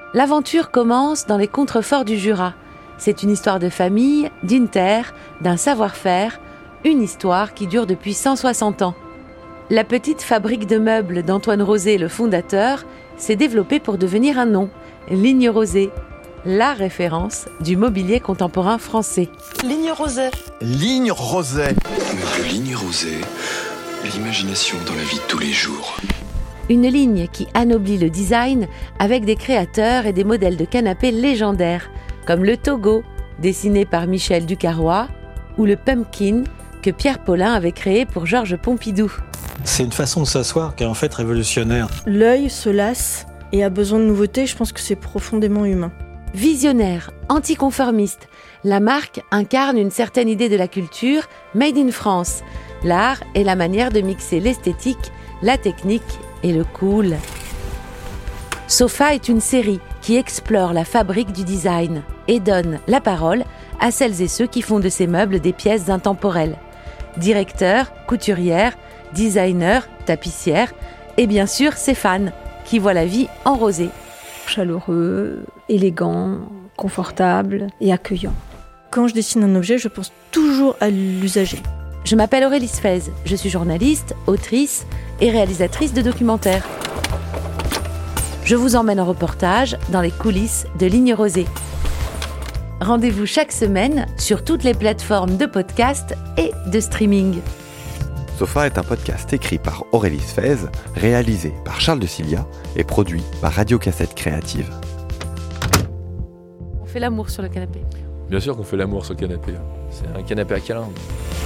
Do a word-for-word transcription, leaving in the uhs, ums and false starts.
L'aventure commence dans les contreforts du Jura. C'est une histoire de famille, d'une terre, d'un savoir-faire, une histoire qui dure depuis cent soixante ans. La petite fabrique de meubles d'Antoine Rosé, le fondateur, s'est développée pour devenir un nom, Ligne Rosé, la référence du mobilier contemporain français. Ligne Rosé. Ligne Rosé. Meuble Ligne Rosé, l'imagination dans la vie de tous les jours. Une ligne qui anoblit le design avec des créateurs et des modèles de canapés légendaires, comme le Togo, dessiné par Michel Ducarrois, ou le Pumpkin, que Pierre Paulin avait créé pour Georges Pompidou. C'est une façon de s'asseoir qui est en fait révolutionnaire. L'œil se lasse et a besoin de nouveautés, je pense que c'est profondément humain. Visionnaire, anticonformiste, la marque incarne une certaine idée de la culture made in France. L'art est la manière de mixer l'esthétique, la technique et le cool. Sofa est une série qui explore la fabrique du design et donne la parole à celles et ceux qui font de ces meubles des pièces intemporelles. Directeurs, couturières, designers, tapissières et bien sûr ses fans qui voient la vie en rosé. Chaleureux, élégant, confortable et accueillant. Quand je dessine un objet, je pense toujours à l'usager. Je m'appelle Aurélie Sfez, je suis journaliste, autrice et réalisatrice de documentaires. Je vous emmène en reportage dans les coulisses de Ligne Rosé. Rendez-vous chaque semaine sur toutes les plateformes de podcast et de streaming. Sofa est un podcast écrit par Aurélie Sfez, réalisé par Charles de Cilia et produit par Radio Cassette Créative. On fait l'amour sur le canapé. Bien sûr qu'on fait l'amour sur le canapé. C'est un canapé à câlin.